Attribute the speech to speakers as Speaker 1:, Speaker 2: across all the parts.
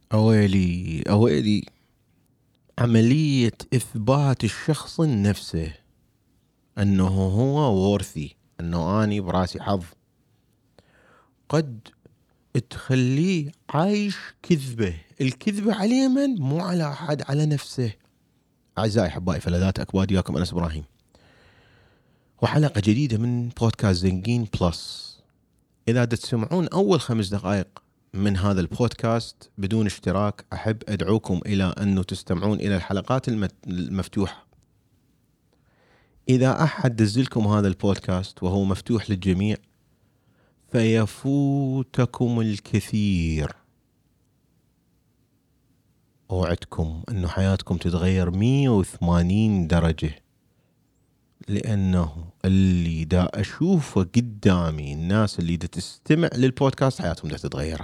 Speaker 1: أويلي أويلي، عملية إثبات الشخص لنفسه أنه هو وورثي، أنه أني براسي حظ، قد تخليه عايش كذبة. الكذبة على من؟ مو على أحد، على نفسه. أعزائي أحبائي فلذات أكباد، ياكم أنس إبراهيم وحلقة جديدة من بودكاست زنقين بلس. إذا تسمعون أول 5 دقائق من هذا البودكاست بدون اشتراك، أحب أدعوكم إلى أنه تستمعون إلى الحلقات المفتوحة. إذا أحد دزلكم هذا البودكاست وهو مفتوح للجميع فيفوتكم الكثير. أوعدكم أنه حياتكم تتغير 180 درجة، لأنه اللي دا أشوفه قدامي، الناس اللي دا تستمع للبودكاست حياتهم دا تتغير.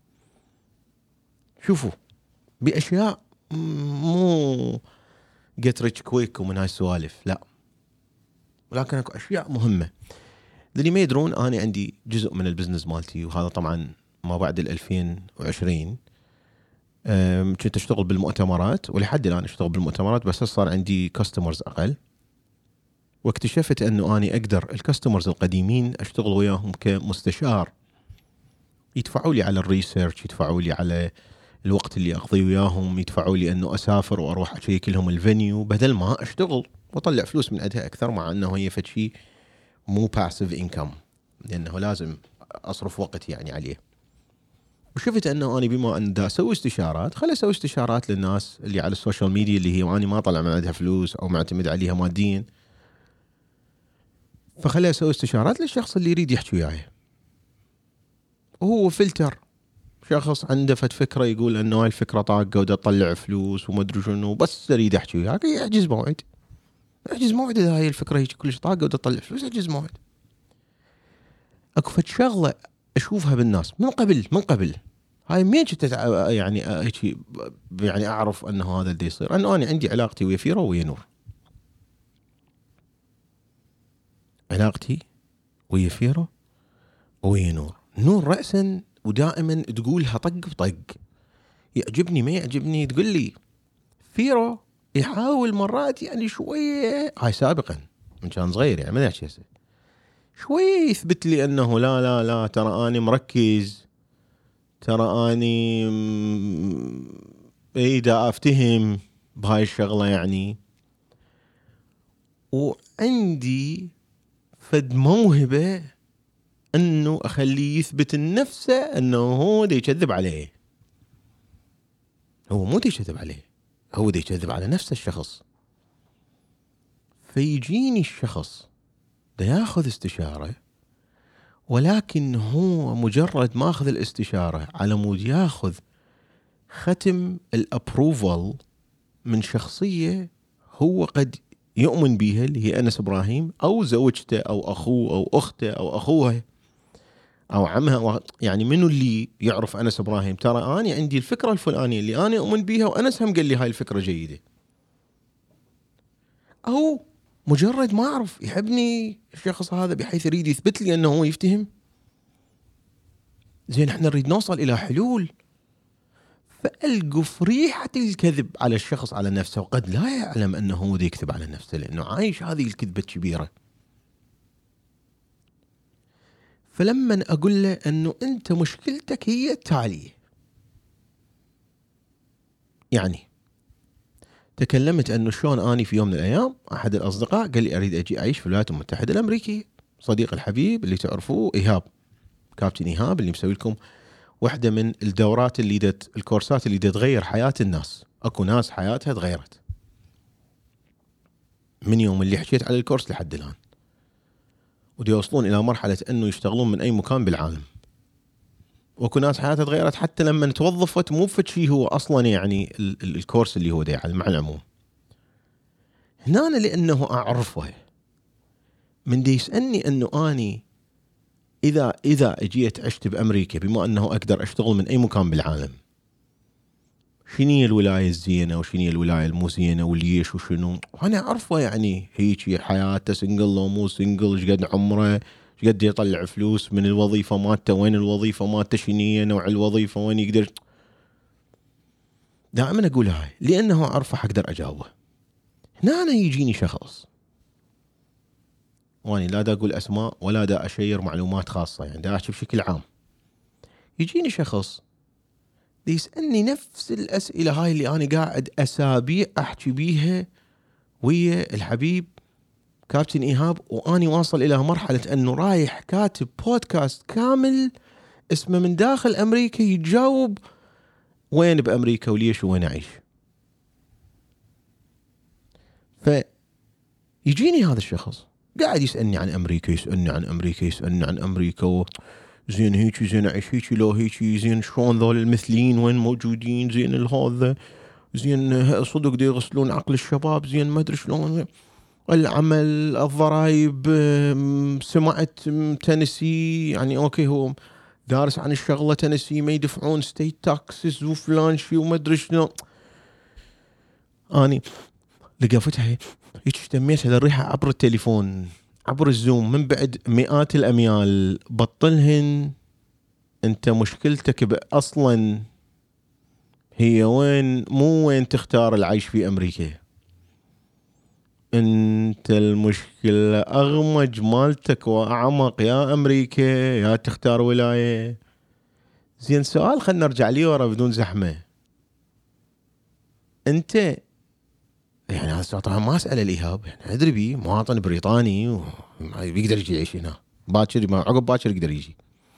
Speaker 1: شوفوا بأشياء مو get rich quick ومن هاي السوالف، لا، ولكن أكو أشياء مهمة. اللي ما يدرون أنا عندي جزء من البزنس مالتي، وهذا طبعا ما بعد 2020 كنت أشتغل بالمؤتمرات، ولحد الآن أشتغل بالمؤتمرات، بس صار عندي كاستمرز أقل. واكتشفت أنه أنا أقدر الكاستمرز القديمين أشتغل وياهم كمستشار، يدفعوا لي على الريسيرش، يدفعوا لي على الوقت اللي أقضي وياهم، يدفعوا لي أنه أسافر وأروح أشيك لهم الفينيو، بدل ما أشتغل وأطلع فلوس من عندها أكثر، مع أنه هي فشي مو passive income، لأنه لازم أصرف وقت يعني عليه. وشفت أنه أنا بما أن دا أسوي استشارات، خلي أسوي استشارات للناس اللي على السوشيال ميديا اللي هي وأنا ما طلع من عندها فلوس أو معتمد عليها ماديا، فخلي أسوي استشارات للشخص اللي يريد يحكي وياي. وهو فلتر، شخص عنده فكرة يقول أنه هاي الفكرة طاقة ودا تطلع فلوس وما أدري شنو، بس يريد يحكي وياك، يحجز موعد. يحجز موعد إذا هاي الفكرة هيك كلش طاقة ودا تطلع فلوس، يحجز موعد. أكو فد شغلة أشوفها بالناس من قبل هاي مين يعني هيك يعني أعرف أنه هذا اللي يصير، أنه أنا عندي علاقتي ويا فيرو ويا نور. علاقتي ويا فيرو ويا نور، نور رأسا ودائما تقولها طق بطق، يعجبني ما يعجبني تقول لي. فيرو يحاول مرات يعني شوية، هاي سابقا من كان صغير يعني ما نحكي هسه، شوية يثبت لي أنه لا لا لا ترى أنا مركز، ترى أني دا أفتهم بهاي الشغلة يعني، وعندي فد موهبة أنه أخليه يثبت لنفسه أنه هو دا يكذب عليه. هو مو دا يكذب عليه، هو دا يكذب على نفس الشخص. فيجيني الشخص دا ياخذ استشارة، ولكن هو مجرد ما أخذ الاستشارة على مود ياخذ ختم الابروفال من شخصية هو قد يؤمن بيها، اللي هي أنس إبراهيم، أو زوجته أو أخوه أو أخته أو أخوها أو عمها، يعني منو اللي يعرف أنس إبراهيم؟ ترى أنا عندي الفكرة الفلانية اللي أنا أؤمن بيها، وأنس هم قال لي هاي الفكرة جيدة. أو مجرد ما أعرف يحبني الشخص هذا بحيث يريد يثبت لي أنه هو يفتهم. زين، احنا نريد نوصل إلى حلول، فألقف ريحة الكذب على الشخص على نفسه، وقد لا يعلم أنه هو دي يكذب على نفسه، لأنه عايش هذه الكذبة الكبيرة. فلما أقول له أنه أنت مشكلتك هي التالية، يعني تكلمت أنه شلون أني في يوم من الأيام أحد الأصدقاء قال لي أريد أجي أعيش في الولايات المتحدة الأمريكية. صديق الحبيب اللي تعرفوه إيهاب، كابتن إيهاب، اللي مسوي لكم واحدة من الدورات اللي الكورسات اللي تغير حياة الناس. أكو ناس حياتها تغيرت من يوم اللي حكيت على الكورس لحد الآن، ودي يوصلون إلى مرحلة أنه يشتغلون من أي مكان بالعالم. وأكو ناس حياتها تغيرت حتى لما توظفت مو بفتشي هو أصلا يعني الكورس اللي هو ده، مع العموم. هنا أنا لأنه أعرفه من دي يسألني أنه أني إذا أجيت عشت بأمريكا، بما أنه أقدر أشتغل من أي مكان بالعالم، شنية الولاية الزينة وشنية الولاية المو زينة وليش وشنو، وأنا أعرفه يعني هيك حياته سنجل لو مو سنجل، شقد عمره، شقد يطلع فلوس من الوظيفة مالته، وين الوظيفة مالته، شنية نوع الوظيفة، وين يقدر. دائما اقول هاي لانه اعرفه اقدر اجاوبه. هنا أنا يجيني شخص، واني لا دا اقول اسماء ولا دا اشير معلومات خاصه، يعني دا احكي بشكل عام. يجيني شخص يسالني نفس الاسئله هاي اللي انا قاعد اسابيع احكي بيها ويا الحبيب كابتن ايهاب، واني واصل الى مرحله انه رايح كاتب بودكاست كامل اسمه من داخل امريكا يتجاوب وين بامريكا وليش وين اعيش. فيجيني هذا الشخص قاعد يسالني عن امريكا، يسالني عن امريكا زين هيك زين اعيش هيك لو هيك زين شلون ذول المثليين وين موجودين زين الهذا زين صدق دي يغسلون عقل الشباب زين ما ادري شلون العمل الضرايب. سمعت تنسي يعني اوكي هو دارس عن الشغله تنسي ما يدفعون ستيت تاكسس وفلان شي وما ادري شنو. اني لقفتها هيك اشتميتها للريحه عبر التليفون عبر الزوم من بعد مئات الاميال. بطلهن، انت مشكلتك اصلا هي وين، مو وين تختار العيش في امريكا. انت المشكلة اغمج مالتك واعمق، يا امريكا يا تختار ولاية. زين سؤال خلنا نرجع لي ورا بدون زحمة. انت يعني هذا طبعا ما اسأل الايهاب، يعني ادري بيه مواطن بريطاني بيقدر يجي يعيش هنا باكر، ما عقب باكر يقدر يجي.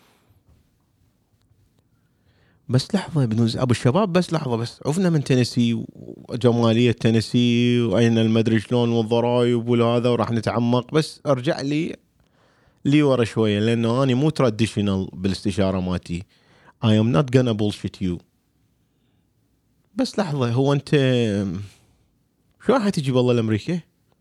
Speaker 1: بس لحظة بدون ابو الشباب، بس لحظة، بس عفنا من تنسي وجمالية تنسي واين المدري شلون والضرايب والهذا، وراح نتعمق. بس ارجع لي ورا شوية، لانه اني مو تراديشنال بالاستشارة مالتي. I am not gonna bullshit you. بس لحظة، هو انت شلون حتجي والله لامريكا؟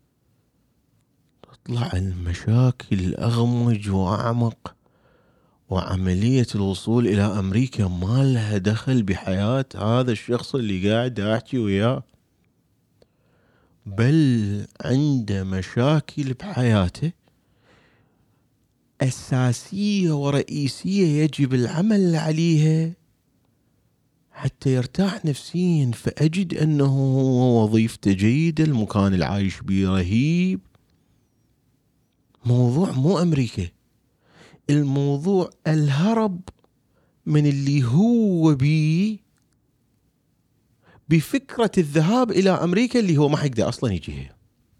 Speaker 1: تطلع المشاكل اغمج واعمق، وعملية الوصول إلى أمريكا ما لها دخل بحياة هذا الشخص اللي قاعد أحكي وياه، بل عنده مشاكل بحياته أساسية ورئيسية يجب العمل عليها حتى يرتاح نفسيا. فأجد أنه وظيفته جيدة، المكان اللي عايش بيه رهيب. موضوع مو أمريكا، الموضوع الهرب من اللي هو بيه بفكرة الذهاب إلى أمريكا اللي هو ما حيقدر أصلا يجيها.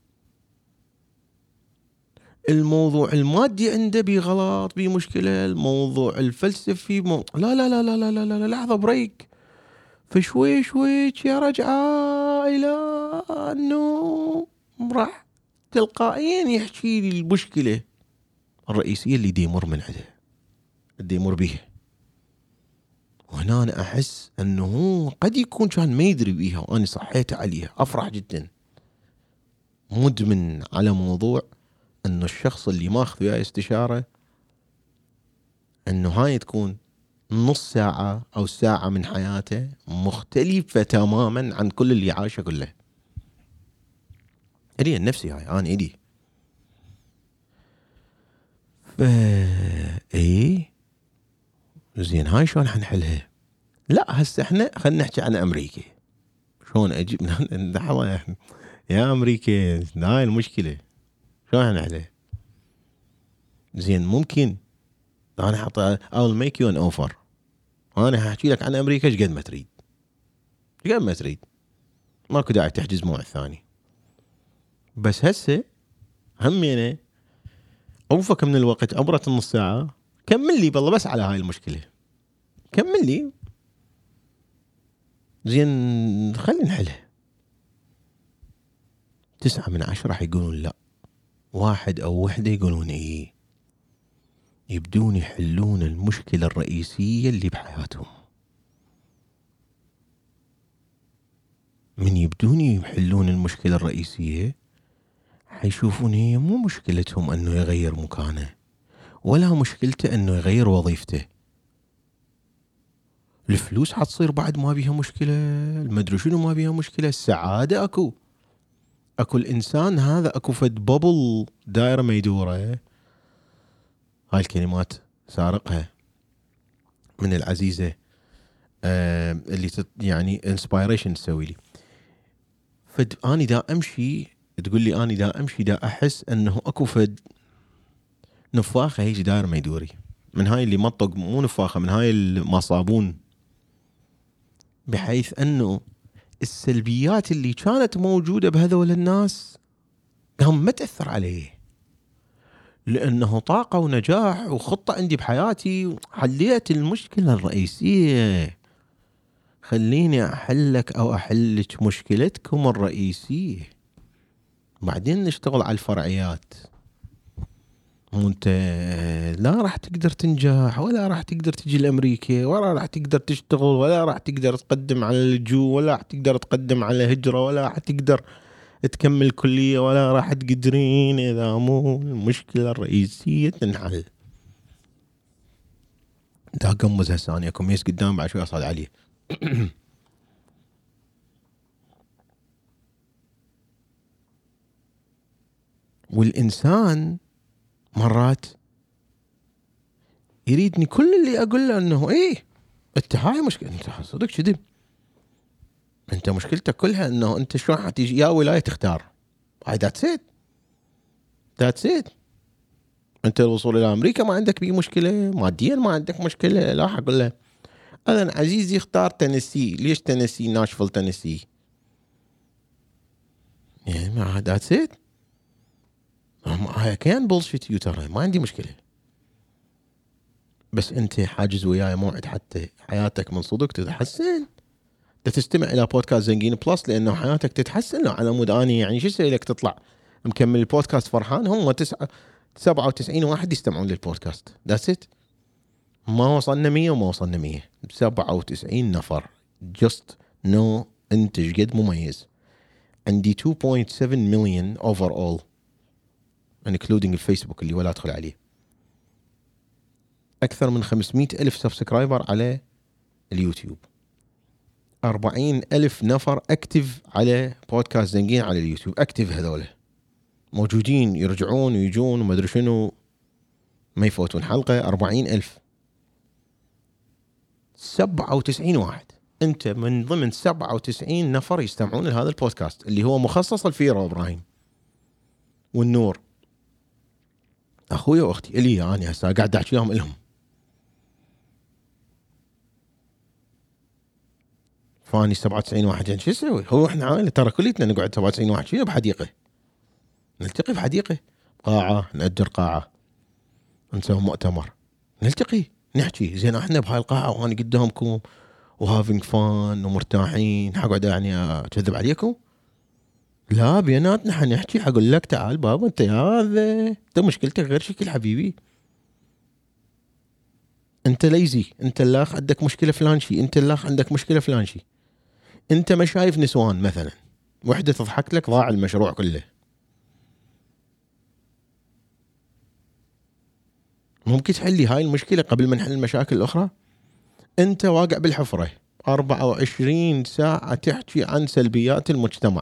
Speaker 1: الموضوع المادي عنده بيه غلط، بيه مشكلة. الموضوع الفلسفي لا لا لا لا لا لا لا، لحظة بريك. فشوي شوي يا رجعة إلى أنه راح تلقائيا يحكي لي المشكلة الرئيسية اللي ديمر من عنده، ديمر بيها. وهنا أنا أحس أنه قد يكون كان ما يدري بيها وأنا صحيت عليها. أفرح جدا، مدمن على موضوع أنه الشخص اللي ماخذ وياه استشارة أنه هاي تكون نص ساعة أو ساعة من حياته مختلفة تماما عن كل اللي عاشه كله. إلي النفسي هاي أنا إلي إيه زين. هاي شلون حنحلها؟ لا هسه احنا خلينا نحكي عن أمريكا. شلون أجيب يا أمريكا هاي المشكلة شلون حنحلها؟ زين ممكن أنا حط I'll make you an offer. أنا هحكي لك عن أمريكا شقد ما تريد، شقد ما تريد، ماكو داعي تحجز موعد ثاني. بس هسه همينه أوفك من الوقت، عبرت النص ساعة، كمل لي بالله بس على هاي المشكلة، كمل لي. زين خلينا نحلها. 9 من 10 راح يقولون لا، 1 أو 1 يقولون إيه. يبدون يحلون المشكلة الرئيسية اللي بحياتهم. من يبدون يحلون المشكلة الرئيسية حيشوفون هي مو مشكلتهم أنه يغير مكانه، ولا مشكلته أنه يغير وظيفته. الفلوس حتصير بعد ما بيها مشكلة، المدري شنو ما بيها مشكلة، السعادة أكو الإنسان هذا أكو فد بابل دائرة ما يدوره. هاي الكلمات سارقها من العزيزة اللي يعني انسبيريشن تسوي لي. فاني دا امشي، تقول لي اني دا امشي دا احس انه اكو فد نفاخه هيجي داير ما يدوري، من هاي اللي منطق، مو نفاخه، من هاي ما صابون، بحيث انه السلبيات اللي كانت موجوده بهذول الناس هم ما تاثر عليه، لانه طاقه ونجاح وخطه عندي بحياتي، حليت المشكله الرئيسيه. خليني احلك او احلك مشكلتكم الرئيسيه، بعدين نشتغل على الفرعيات. وانت لا راح تقدر تنجح، ولا راح تقدر تجي لامريكا، ولا راح تقدر تشتغل، ولا راح تقدر تقدم على اللجوء، ولا راح تقدر تقدم على هجرة، ولا راح تقدر تكمل كلية، ولا راح تقدرين اذا مو المشكلة الرئيسية تنحل. دا قمز هسه اكو ميس قدام بعد شوي اصعد عليه. والإنسان مرات يريدني كل اللي أقول له أنه إيه أنت هاي مشكلة، أنت صدق كذب، أنت مشكلتك كلها أنه أنت شلون حتيجي يا ولاية تختار. هاي that's it. أنت الوصول إلى أمريكا ما عندك بيه مشكلة، ماديا ما عندك مشكلة، لا حقول له أنا عزيزي اختار تنسي. ليش تنسي؟ ناشفل تنسي يعني ما that's it. هاي كان بولشيت يو، ترى ما عندي مشكلة، بس انت حاجز وياي موعد حتى حياتك من صدق تتحسن. تستمع الى بودكاست زنقين بلس لانه حياتك تتحسن. على مود اني يعني شو اسوي لك تطلع مكمل البودكاست فرحان؟ هم 97 واحد يستمعون للبودكاست، ذاتس ات. ما وصلنا 100 وما وصلنا 100، 97 نفر. جست نو انت قد مميز. عندي 2.7 مليون اوفر اول including الفيسبوك اللي ولا ادخل عليه. أكثر من 500 ألف سبسكرايبر على اليوتيوب. 40 ألف نفر أكتف على بودكاست زنقين على اليوتيوب. أكتف هذوله موجودين، يرجعون ويجون وما أدري شنو، ما يفوتون حلقة. 40 ألف. 97 واحد. أنت من ضمن 97 نفر يستمعون لهذا البودكاست اللي هو مخصص لفيرا وإبراهيم والنور أخويا وأختي اللي أنا هسا قاعد أحكي لهم. فاني 97 واحد يعني شو اسوي؟ هو احنا عائله ترى كليتنا نقعد 97 واحد شنو بحديقه، نلتقي بحديقه، قاعه، نأجر قاعه، نسوي مؤتمر، نلتقي نحكي. زين احنا بهاي القاعه وانا قدامكم وهافينج فان ومرتاحين، حقعد يعني اكذب عليكم؟ لا، بيناتنا حنحكي. حقول لك تعال بابا انت هذا انت مشكلتك غير شكل حبيبي، انت ليزي، انت الاخ عندك مشكله فلان شيء، انت الاخ عندك مشكله فلان شيء. انت ما شايف نسوان مثلا، وحده تضحك لك ضاع المشروع كله. ممكن تحلي هاي المشكله قبل ما نحل المشاكل الاخرى. انت واقع بالحفره 24 ساعه تحكي عن سلبيات المجتمع.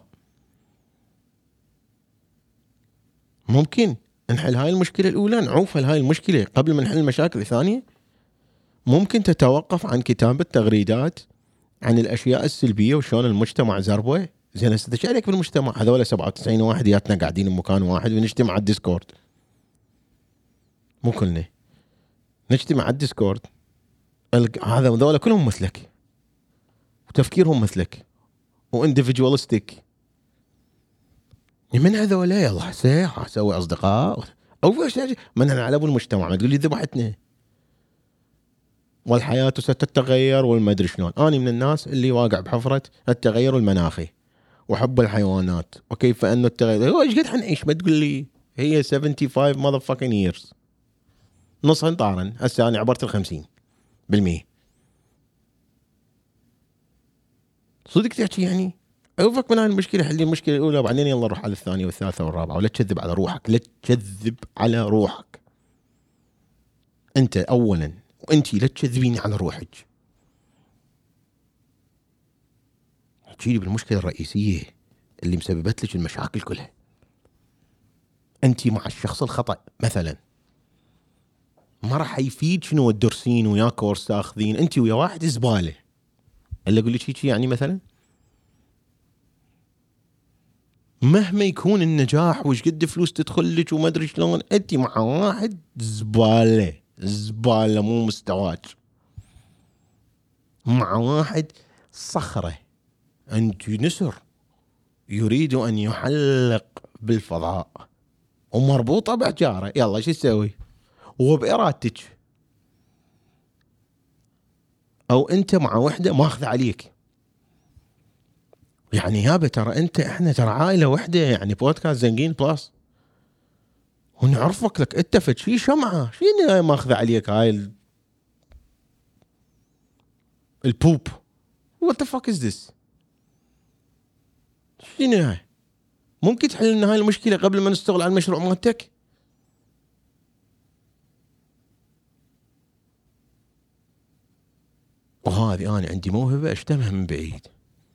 Speaker 1: ممكن نحل هاي المشكله الاولى، نعوف هاي المشكله قبل ما نحل المشاكل الثانيه. ممكن تتوقف عن كتابه تغريدات عن الاشياء السلبيه وشلون المجتمع زربه. زين هسه ايش عليك بالمجتمع؟ هذول 97 واحد ياتنا قاعدين بمكان واحد ونجتمع على الديسكورد. مو كلنا نجتمع على الديسكورد. هذول كلهم مثلك وتفكيرهم مثلك وانديفيدوالستيك. من هذول يلا اسوي اصدقاء او من انا على ابو المجتمع ما تقول لي ذبحتنا والحياه ستتغير والما ادري شلون. انا من الناس اللي واقع بحفره التغير المناخي وحب الحيوانات وكيف انه التغير. هو ايش قد حنعيش؟ ما تقول لي هي 75 motherfucking years، نص انطارا. هسه انا عبرت 50%. صدق تحكي يعني اوفك من هاي المشكله، حلي المشكله الاولى وبعدين يلا روح على الثانيه والثالثه والرابعه. ولا تكذب على روحك، لا تكذب على روحك انت اولا، وانتي لا تكذبيني على روحك. احكي لي بالمشكله الرئيسيه اللي مسببت لك المشاكل كلها. انتي مع الشخص الخطا مثلا، ما راح يفيد شنو تدرسين وياك ورس تاخذين. انتي ويا واحد زباله اللي اقول لك هيك يعني مثلا مهما يكون النجاح وش قد فلوس تدخل لك وما ادري شلون، انت مع واحد زباله مو مستواك، مع واحد صخره، انت نسر يريد ان يحلق بالفضاء ومربوطه بحجاره، يلا شو تسوي؟ وبارادتك. او انت مع وحده ماخذه عليك، يعني يابا ترى احنا ترى عائله وحده، يعني بودكاست زنقين بلس ونعرفك لك انت فشي شمعه شنو ماخذه عليك هاي البوب. وات ذا فاك از ذس؟ شنو هاي؟ ممكن تحل لنا هاي المشكله قبل ما نشتغل على المشروع مالتك؟ وهذه انا عندي موهبه اشتمها من بعيد.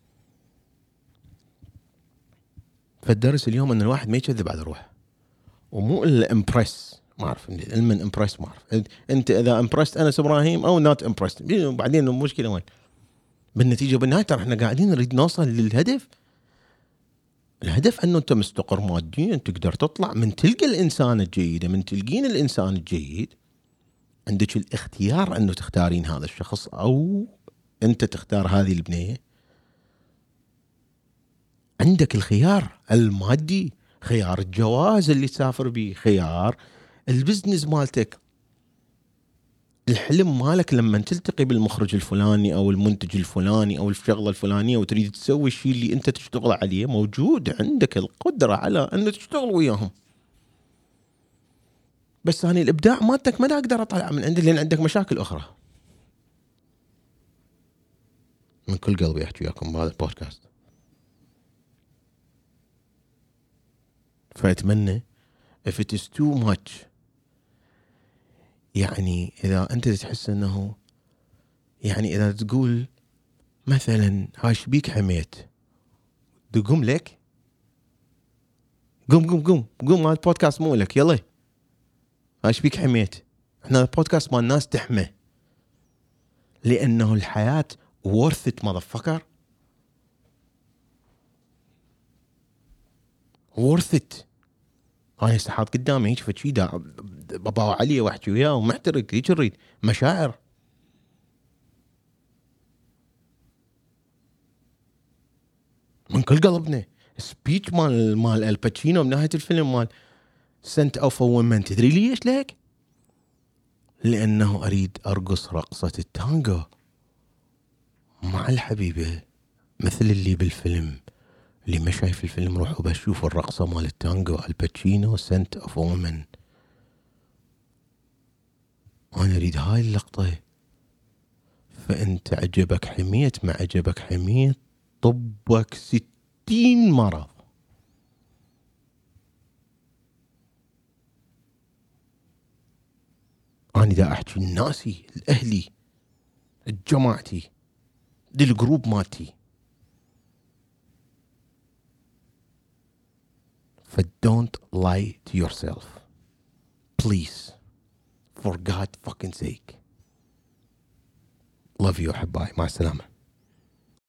Speaker 1: فالدرس اليوم ان الواحد ما يكذب على روحه، ومو الا امبرس، ما اعرف علما امبرس، ما اعرف انت اذا امبرست انس ابراهيم او نوت امبرست، بعدين المشكله وين؟ بالنتيجه بالنهايه ترى احنا قاعدين نريد نوصل للهدف. الهدف انه انت مستقر ماديا، تقدر تطلع من تلقى الانسان الجيده، من تلقين الانسان الجيد، عندك الاختيار انه تختارين هذا الشخص او انت تختار هذه البنيه. عندك الخيار المادي، خيار الجواز اللي تسافر به، خيار البزنس مالتك، الحلم مالك لما تلتقي بالمخرج الفلاني او المنتج الفلاني او الشغله الفلانيه وتريد تسوي الشيء اللي انت تشتغل عليه، موجود عندك القدره على ان تشتغل وياهم. بس أنا الابداع مالتك ما اقدر اطلع من عندك لان عندك مشاكل اخرى. من كل قلبي احكي وياكم بهذا البودكاست، فاتمنى if it is too much، يعني اذا انت تحس انه، يعني اذا تقول مثلا هاش بيك حميت، تقوم لك، قوم هذا البودكاست مو لك، يلا هاش بيك حميت. احنا البودكاست مال الناس تحمى، لانه الحياة worth it motherfucker، worth it. انا هسه حاط قدامي هيك فشي بابا علي واحكي وياه ومحترق هيك اريد مشاعر. من كل قلبنا سبيتش مال الباتشينو بنهاية الفيلم مال سنت اوف وومن، تدري ليش لك؟ لانه اريد ارقص رقصة التانجو مع الحبيبة، مثل اللي بالفيلم. اللي ما شايف الفيلم روحوا بشوف الرقصة مال التانجو الباتشينو سنت اوف وومن. انا اريد هاي اللقطة. فانت عجبك حميت، ما عجبك حميت، طبك 60 مرض. انا دا احكي لناسي، لاهلي، لجماعتي، للجروب مالتي. ف don't lie to yourself please, for God fucking sake. love you احبائي، مع السلامة.